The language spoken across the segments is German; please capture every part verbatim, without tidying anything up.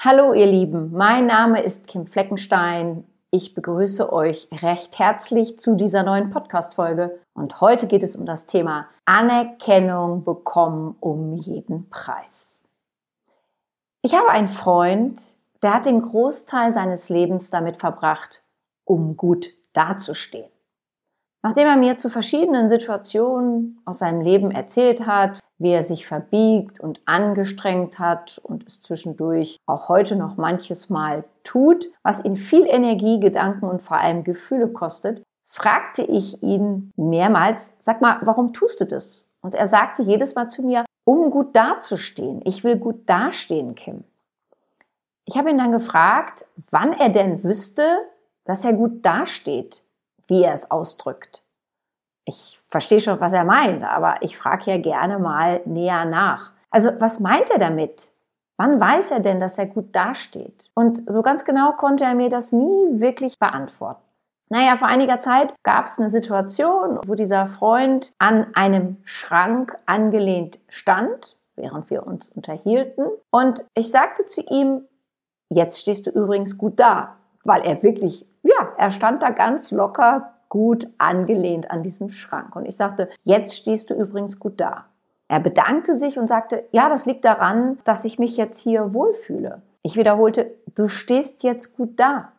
Hallo ihr Lieben, mein Name ist Kim Fleckenstein. Ich begrüße euch recht herzlich zu dieser neuen Podcast-Folge. Und heute geht es um das Thema Anerkennung bekommen um jeden Preis. Ich habe einen Freund, der hat den Großteil seines Lebens damit verbracht, um gut dazustehen. Nachdem er mir zu verschiedenen Situationen aus seinem Leben erzählt hat, wie er sich verbiegt und angestrengt hat und es zwischendurch auch heute noch manches Mal tut, was ihn viel Energie, Gedanken und vor allem Gefühle kostet, fragte ich ihn mehrmals, sag mal, warum tust du das? Und er sagte jedes Mal zu mir, um gut dazustehen. Ich will gut dastehen, Kim. Ich habe ihn dann gefragt, wann er denn wüsste, dass er gut dasteht, wie er es ausdrückt. Ich verstehe schon, was er meint, aber ich frage ja gerne mal näher nach. Also, was meint er damit? Wann weiß er denn, dass er gut dasteht? Und so ganz genau konnte er mir das nie wirklich beantworten. Naja, vor einiger Zeit gab es eine Situation, wo dieser Freund an einem Schrank angelehnt stand, während wir uns unterhielten. Und ich sagte zu ihm, jetzt stehst du übrigens gut da, weil er wirklich, ja, er stand da ganz locker, gut angelehnt an diesem Schrank. Und ich sagte, jetzt stehst du übrigens gut da. Er bedankte sich und sagte, ja, das liegt daran, dass ich mich jetzt hier wohlfühle. Ich wiederholte, du stehst jetzt gut da.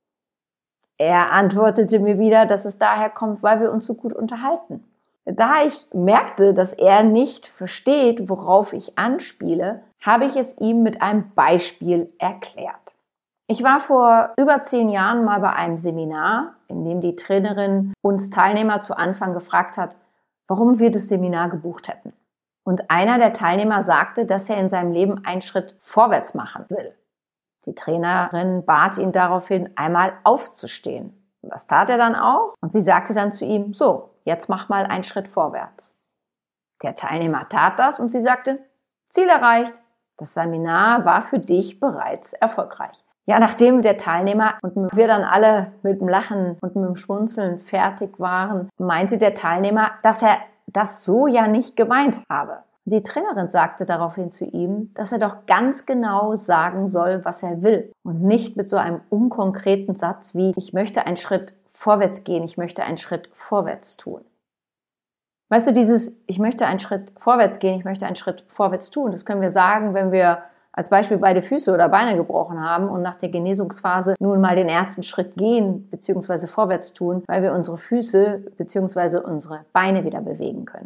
Er antwortete mir wieder, dass es daher kommt, weil wir uns so gut unterhalten. Da ich merkte, dass er nicht versteht, worauf ich anspiele, habe ich es ihm mit einem Beispiel erklärt. Ich war vor über zehn Jahren mal bei einem Seminar, in dem die Trainerin uns Teilnehmer zu Anfang gefragt hat, warum wir das Seminar gebucht hätten. Und einer der Teilnehmer sagte, dass er in seinem Leben einen Schritt vorwärts machen will. Die Trainerin bat ihn daraufhin, einmal aufzustehen. Und das tat er dann auch. Und sie sagte dann zu ihm, so, jetzt mach mal einen Schritt vorwärts. Der Teilnehmer tat das und sie sagte, Ziel erreicht. Das Seminar war für dich bereits erfolgreich. Ja, nachdem der Teilnehmer und wir dann alle mit dem Lachen und mit dem Schmunzeln fertig waren, meinte der Teilnehmer, dass er das so ja nicht gemeint habe. Die Trainerin sagte daraufhin zu ihm, dass er doch ganz genau sagen soll, was er will und nicht mit so einem unkonkreten Satz wie, ich möchte einen Schritt vorwärts gehen, ich möchte einen Schritt vorwärts tun. Weißt du, dieses, ich möchte einen Schritt vorwärts gehen, ich möchte einen Schritt vorwärts tun, das können wir sagen, wenn wir als Beispiel beide Füße oder Beine gebrochen haben und nach der Genesungsphase nun mal den ersten Schritt gehen bzw. vorwärts tun, weil wir unsere Füße bzw. unsere Beine wieder bewegen können.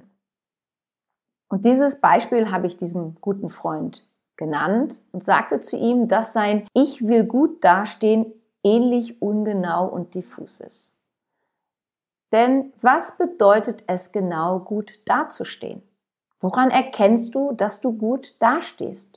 Und dieses Beispiel habe ich diesem guten Freund genannt und sagte zu ihm, dass sein Ich will gut dastehen ähnlich ungenau und diffus ist. Denn was bedeutet es genau, gut dazustehen? Woran erkennst du, dass du gut dastehst?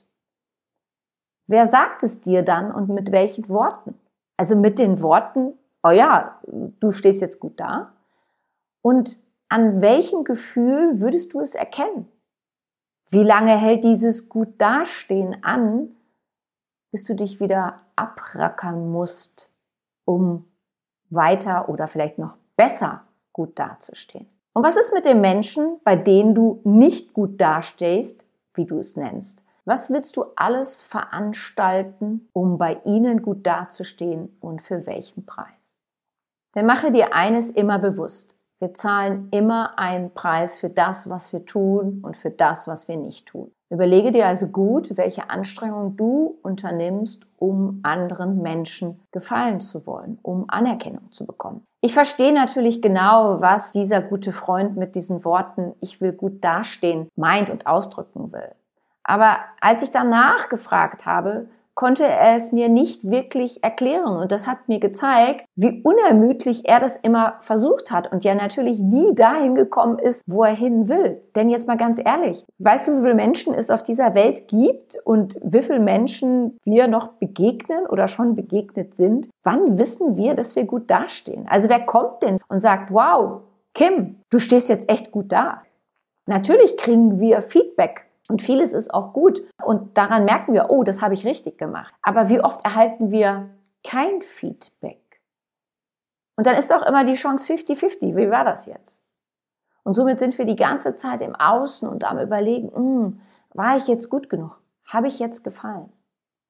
Wer sagt es dir dann und mit welchen Worten? Also mit den Worten, oh ja, du stehst jetzt gut da. Und an welchem Gefühl würdest du es erkennen? Wie lange hält dieses gut dastehen an, bis du dich wieder abrackern musst, um weiter oder vielleicht noch besser gut dazustehen? Und was ist mit den Menschen, bei denen du nicht gut dastehst, wie du es nennst? Was willst du alles veranstalten, um bei ihnen gut dazustehen und für welchen Preis? Denn mache dir eines immer bewusst. Wir zahlen immer einen Preis für das, was wir tun und für das, was wir nicht tun. Überlege dir also gut, welche Anstrengung du unternimmst, um anderen Menschen gefallen zu wollen, um Anerkennung zu bekommen. Ich verstehe natürlich genau, was dieser gute Freund mit diesen Worten, ich will gut dastehen, meint und ausdrücken will. Aber als ich danach gefragt habe, konnte er es mir nicht wirklich erklären. Und das hat mir gezeigt, wie unermüdlich er das immer versucht hat und ja natürlich nie dahin gekommen ist, wo er hin will. Denn jetzt mal ganz ehrlich, weißt du, wie viele Menschen es auf dieser Welt gibt und wie viele Menschen wir noch begegnen oder schon begegnet sind? Wann wissen wir, dass wir gut dastehen? Also wer kommt denn und sagt, wow, Kim, du stehst jetzt echt gut da? Natürlich kriegen wir Feedback. Und vieles ist auch gut. Und daran merken wir, oh, das habe ich richtig gemacht. Aber wie oft erhalten wir kein Feedback? Und dann ist doch immer die Chance fifty fifty. Wie war das jetzt? Und somit sind wir die ganze Zeit im Außen und am Überlegen, war ich jetzt gut genug? Habe ich jetzt gefallen?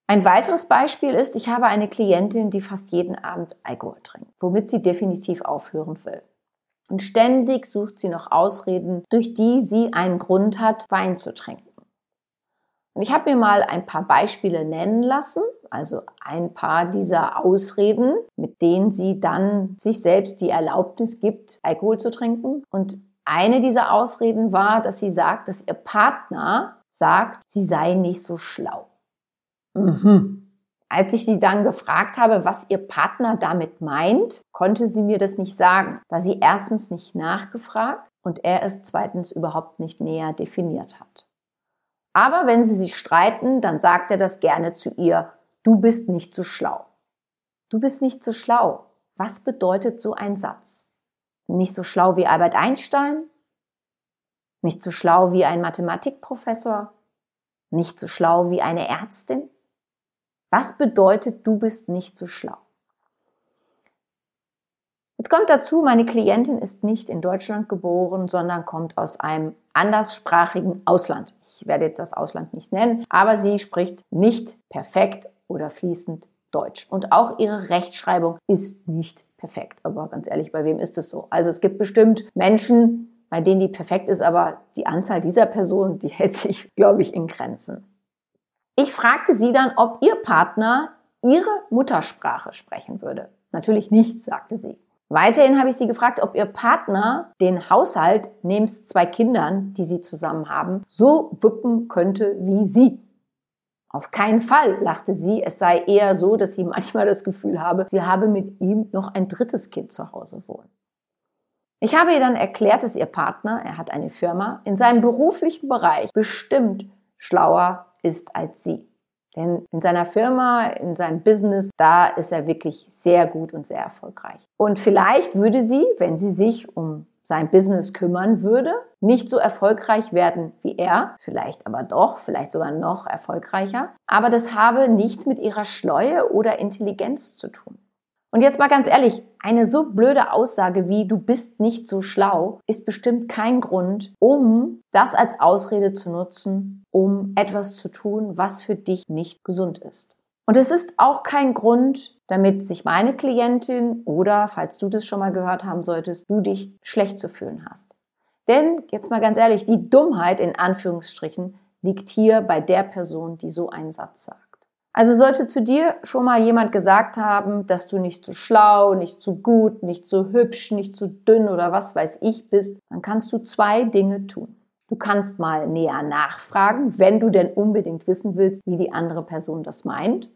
Ein weiteres Beispiel ist, ich habe eine Klientin, die fast jeden Abend Alkohol trinkt, womit sie definitiv aufhören will. Und ständig sucht sie noch Ausreden, durch die sie einen Grund hat, Wein zu trinken. Und ich habe mir mal ein paar Beispiele nennen lassen, also ein paar dieser Ausreden, mit denen sie dann sich selbst die Erlaubnis gibt, Alkohol zu trinken. Und eine dieser Ausreden war, dass sie sagt, dass ihr Partner sagt, sie sei nicht so schlau. Mhm. Als ich sie dann gefragt habe, was ihr Partner damit meint, konnte sie mir das nicht sagen, da sie erstens nicht nachgefragt und er es zweitens überhaupt nicht näher definiert hat. Aber wenn sie sich streiten, dann sagt er das gerne zu ihr, du bist nicht so schlau. Du bist nicht so schlau. Was bedeutet so ein Satz? Nicht so schlau wie Albert Einstein? Nicht so schlau wie ein Mathematikprofessor? Nicht so schlau wie eine Ärztin? Was bedeutet, du bist nicht so schlau? Jetzt kommt dazu, meine Klientin ist nicht in Deutschland geboren, sondern kommt aus einem anderssprachigen Ausland. Ich werde jetzt das Ausland nicht nennen, aber sie spricht nicht perfekt oder fließend Deutsch. Und auch ihre Rechtschreibung ist nicht perfekt. Aber ganz ehrlich, bei wem ist es so? Also es gibt bestimmt Menschen, bei denen die perfekt ist, aber die Anzahl dieser Personen, die hält sich, glaube ich, in Grenzen. Ich fragte sie dann, ob ihr Partner ihre Muttersprache sprechen würde. Natürlich nicht, sagte sie. Weiterhin habe ich sie gefragt, ob ihr Partner den Haushalt nebst zwei Kindern, die sie zusammen haben, so wuppen könnte wie sie. Auf keinen Fall, lachte sie. Es sei eher so, dass sie manchmal das Gefühl habe, sie habe mit ihm noch ein drittes Kind zu Hause wohnen. Ich habe ihr dann erklärt, dass ihr Partner, er hat eine Firma, in seinem beruflichen Bereich bestimmt schlauer ist als sie. Denn in seiner Firma, in seinem Business, da ist er wirklich sehr gut und sehr erfolgreich. Und vielleicht würde sie, wenn sie sich um sein Business kümmern würde, nicht so erfolgreich werden wie er, vielleicht aber doch, vielleicht sogar noch erfolgreicher. Aber das habe nichts mit ihrer Schleue oder Intelligenz zu tun. Und jetzt mal ganz ehrlich, eine so blöde Aussage wie du bist nicht so schlau ist bestimmt kein Grund, um das als Ausrede zu nutzen, um etwas zu tun, was für dich nicht gesund ist. Und es ist auch kein Grund, damit sich meine Klientin oder, falls du das schon mal gehört haben solltest, du dich schlecht zu fühlen hast. Denn, jetzt mal ganz ehrlich, die Dummheit in Anführungsstrichen liegt hier bei der Person, die so einen Satz sagt. Also sollte zu dir schon mal jemand gesagt haben, dass du nicht so schlau, nicht so gut, nicht so hübsch, nicht so dünn oder was weiß ich bist, dann kannst du zwei Dinge tun. Du kannst mal näher nachfragen, wenn du denn unbedingt wissen willst, wie die andere Person das meint.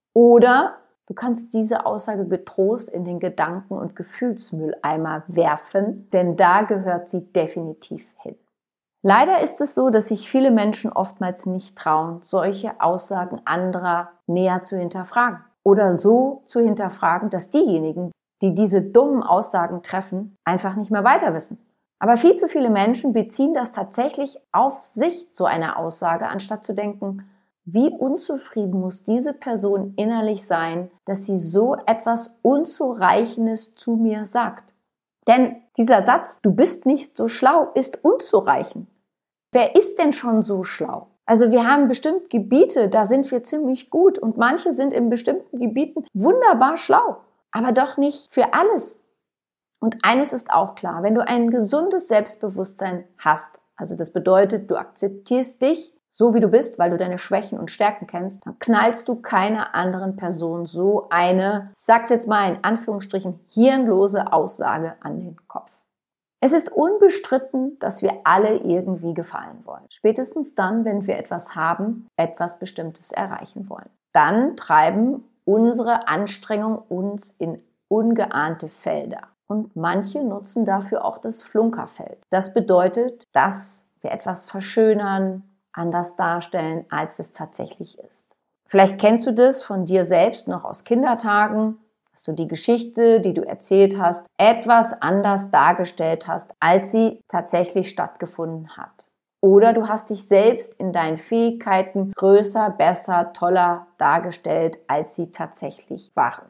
Oder du kannst diese Aussage getrost in den Gedanken- und Gefühlsmülleimer werfen, denn da gehört sie definitiv hin. Leider ist es so, dass sich viele Menschen oftmals nicht trauen, solche Aussagen anderer näher zu hinterfragen. Oder so zu hinterfragen, dass diejenigen, die diese dummen Aussagen treffen, einfach nicht mehr weiter wissen. Aber viel zu viele Menschen beziehen das tatsächlich auf sich, so eine Aussage, anstatt zu denken, wie unzufrieden muss diese Person innerlich sein, dass sie so etwas Unzureichendes zu mir sagt. Denn dieser Satz, du bist nicht so schlau, ist unzureichend. Wer ist denn schon so schlau? Also wir haben bestimmt Gebiete, da sind wir ziemlich gut und manche sind in bestimmten Gebieten wunderbar schlau, aber doch nicht für alles. Und eines ist auch klar, wenn du ein gesundes Selbstbewusstsein hast, also das bedeutet, du akzeptierst dich so wie du bist, weil du deine Schwächen und Stärken kennst, dann knallst du keiner anderen Person so eine, ich sag's jetzt mal in Anführungsstrichen, hirnlose Aussage an den Kopf. Es ist unbestritten, dass wir alle irgendwie gefallen wollen. Spätestens dann, wenn wir etwas haben, etwas Bestimmtes erreichen wollen. Dann treiben unsere Anstrengungen uns in ungeahnte Felder. Und manche nutzen dafür auch das Flunkerfeld. Das bedeutet, dass wir etwas verschönern, anders darstellen, als es tatsächlich ist. Vielleicht kennst du das von dir selbst noch aus Kindertagen, dass du die Geschichte, die du erzählt hast, etwas anders dargestellt hast, als sie tatsächlich stattgefunden hat. Oder du hast dich selbst in deinen Fähigkeiten größer, besser, toller dargestellt, als sie tatsächlich waren.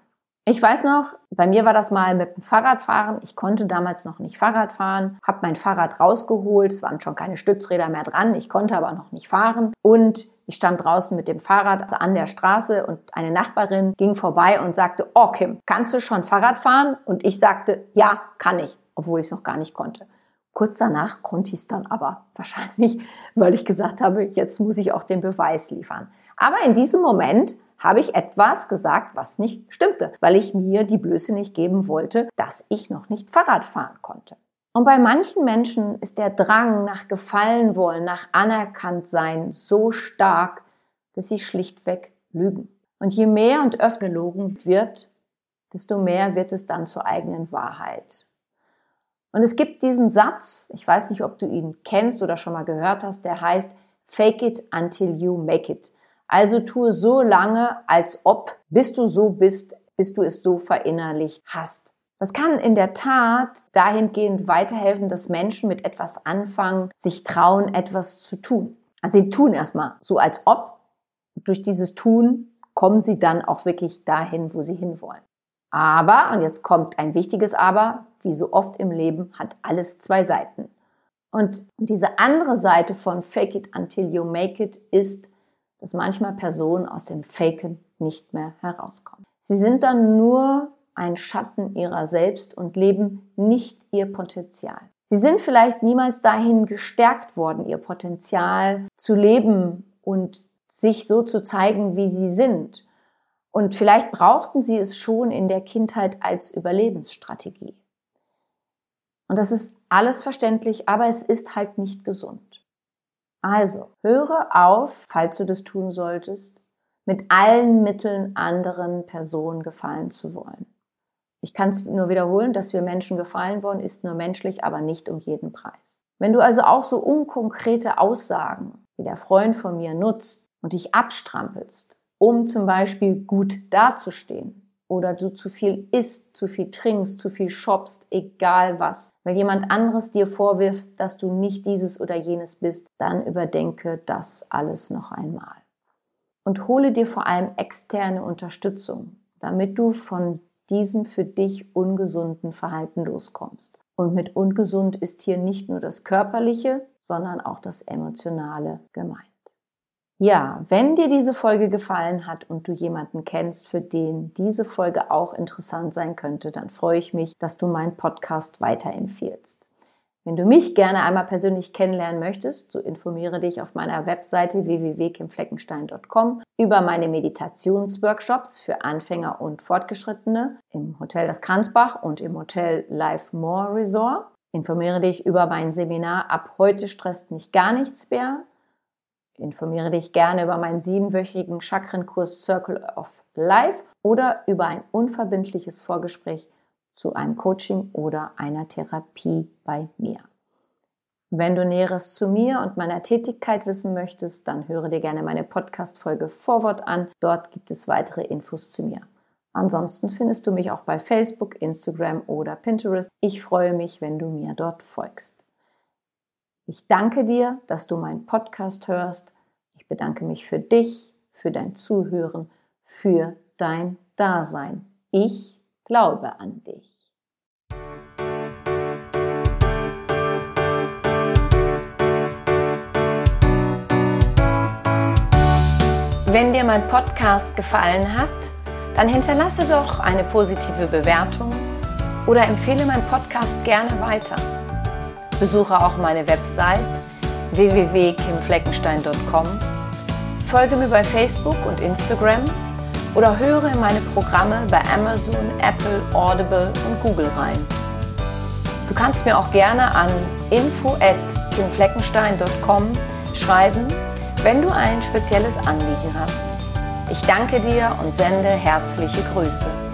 Ich weiß noch, bei mir war das mal mit dem Fahrradfahren. Ich konnte damals noch nicht Fahrrad fahren, habe mein Fahrrad rausgeholt. Es waren schon keine Stützräder mehr dran. Ich konnte aber noch nicht fahren. Und ich stand draußen mit dem Fahrrad an der Straße und eine Nachbarin ging vorbei und sagte, oh Kim, kannst du schon Fahrrad fahren? Und ich sagte, ja, kann ich, obwohl ich es noch gar nicht konnte. Kurz danach konnte ich es dann aber wahrscheinlich, weil ich gesagt habe, jetzt muss ich auch den Beweis liefern. Aber in diesem Moment habe ich etwas gesagt, was nicht stimmte, weil ich mir die Blöße nicht geben wollte, dass ich noch nicht Fahrrad fahren konnte. Und bei manchen Menschen ist der Drang nach Gefallen wollen, nach anerkannt sein so stark, dass sie schlichtweg lügen. Und je mehr und öfter gelogen wird, desto mehr wird es dann zur eigenen Wahrheit. Und es gibt diesen Satz, ich weiß nicht, ob du ihn kennst oder schon mal gehört hast, der heißt Fake it until you make it. Also tue so lange, als ob, bis du so bist, bis du es so verinnerlicht hast. Das kann in der Tat dahingehend weiterhelfen, dass Menschen mit etwas anfangen, sich trauen, etwas zu tun. Also sie tun erstmal so, als ob. Durch dieses Tun kommen sie dann auch wirklich dahin, wo sie hinwollen. Aber, und jetzt kommt ein wichtiges Aber, wie so oft im Leben hat alles zwei Seiten. Und diese andere Seite von Fake it until you make it ist, dass manchmal Personen aus dem Faken nicht mehr herauskommen. Sie sind dann nur ein Schatten ihrer selbst und leben nicht ihr Potenzial. Sie sind vielleicht niemals dahin gestärkt worden, ihr Potenzial zu leben und sich so zu zeigen, wie sie sind. Und vielleicht brauchten sie es schon in der Kindheit als Überlebensstrategie. Und das ist alles verständlich, aber es ist halt nicht gesund. Also, höre auf, falls du das tun solltest, mit allen Mitteln anderen Personen gefallen zu wollen. Ich kann es nur wiederholen, dass wir Menschen gefallen wollen, ist nur menschlich, aber nicht um jeden Preis. Wenn du also auch so unkonkrete Aussagen wie der Freund von mir nutzt und dich abstrampelst, um zum Beispiel gut dazustehen, oder du zu viel isst, zu viel trinkst, zu viel shoppst, egal was. Weil jemand anderes dir vorwirft, dass du nicht dieses oder jenes bist, dann überdenke das alles noch einmal. Und hole dir vor allem externe Unterstützung, damit du von diesem für dich ungesunden Verhalten loskommst. Und mit ungesund ist hier nicht nur das Körperliche, sondern auch das Emotionale gemeint. Ja, wenn dir diese Folge gefallen hat und du jemanden kennst, für den diese Folge auch interessant sein könnte, dann freue ich mich, dass du meinen Podcast weiterempfiehlst. Wenn du mich gerne einmal persönlich kennenlernen möchtest, so informiere dich auf meiner Webseite w w w punkt kim fleckenstein punkt com über meine Meditationsworkshops für Anfänger und Fortgeschrittene im Hotel Das Kranzbach und im Hotel Life More Resort. Informiere dich über mein Seminar Ab heute stresst mich gar nichts mehr. Informiere dich gerne über meinen siebenwöchigen Chakrenkurs Circle of Life oder über ein unverbindliches Vorgespräch zu einem Coaching oder einer Therapie bei mir. Wenn du Näheres zu mir und meiner Tätigkeit wissen möchtest, dann höre dir gerne meine Podcast-Folge Vorwort an. Dort gibt es weitere Infos zu mir. Ansonsten findest du mich auch bei Facebook, Instagram oder Pinterest. Ich freue mich, wenn du mir dort folgst. Ich danke dir, dass du meinen Podcast hörst. Ich bedanke mich für dich, für dein Zuhören, für dein Dasein. Ich glaube an dich. Wenn dir mein Podcast gefallen hat, dann hinterlasse doch eine positive Bewertung oder empfehle meinen Podcast gerne weiter. Besuche auch meine Website w w w punkt kim fleckenstein punkt com, folge mir bei Facebook und Instagram oder höre in meine Programme bei Amazon, Apple, Audible und Google rein. Du kannst mir auch gerne an info at kim fleckenstein punkt com schreiben, wenn du ein spezielles Anliegen hast. Ich danke dir und sende herzliche Grüße.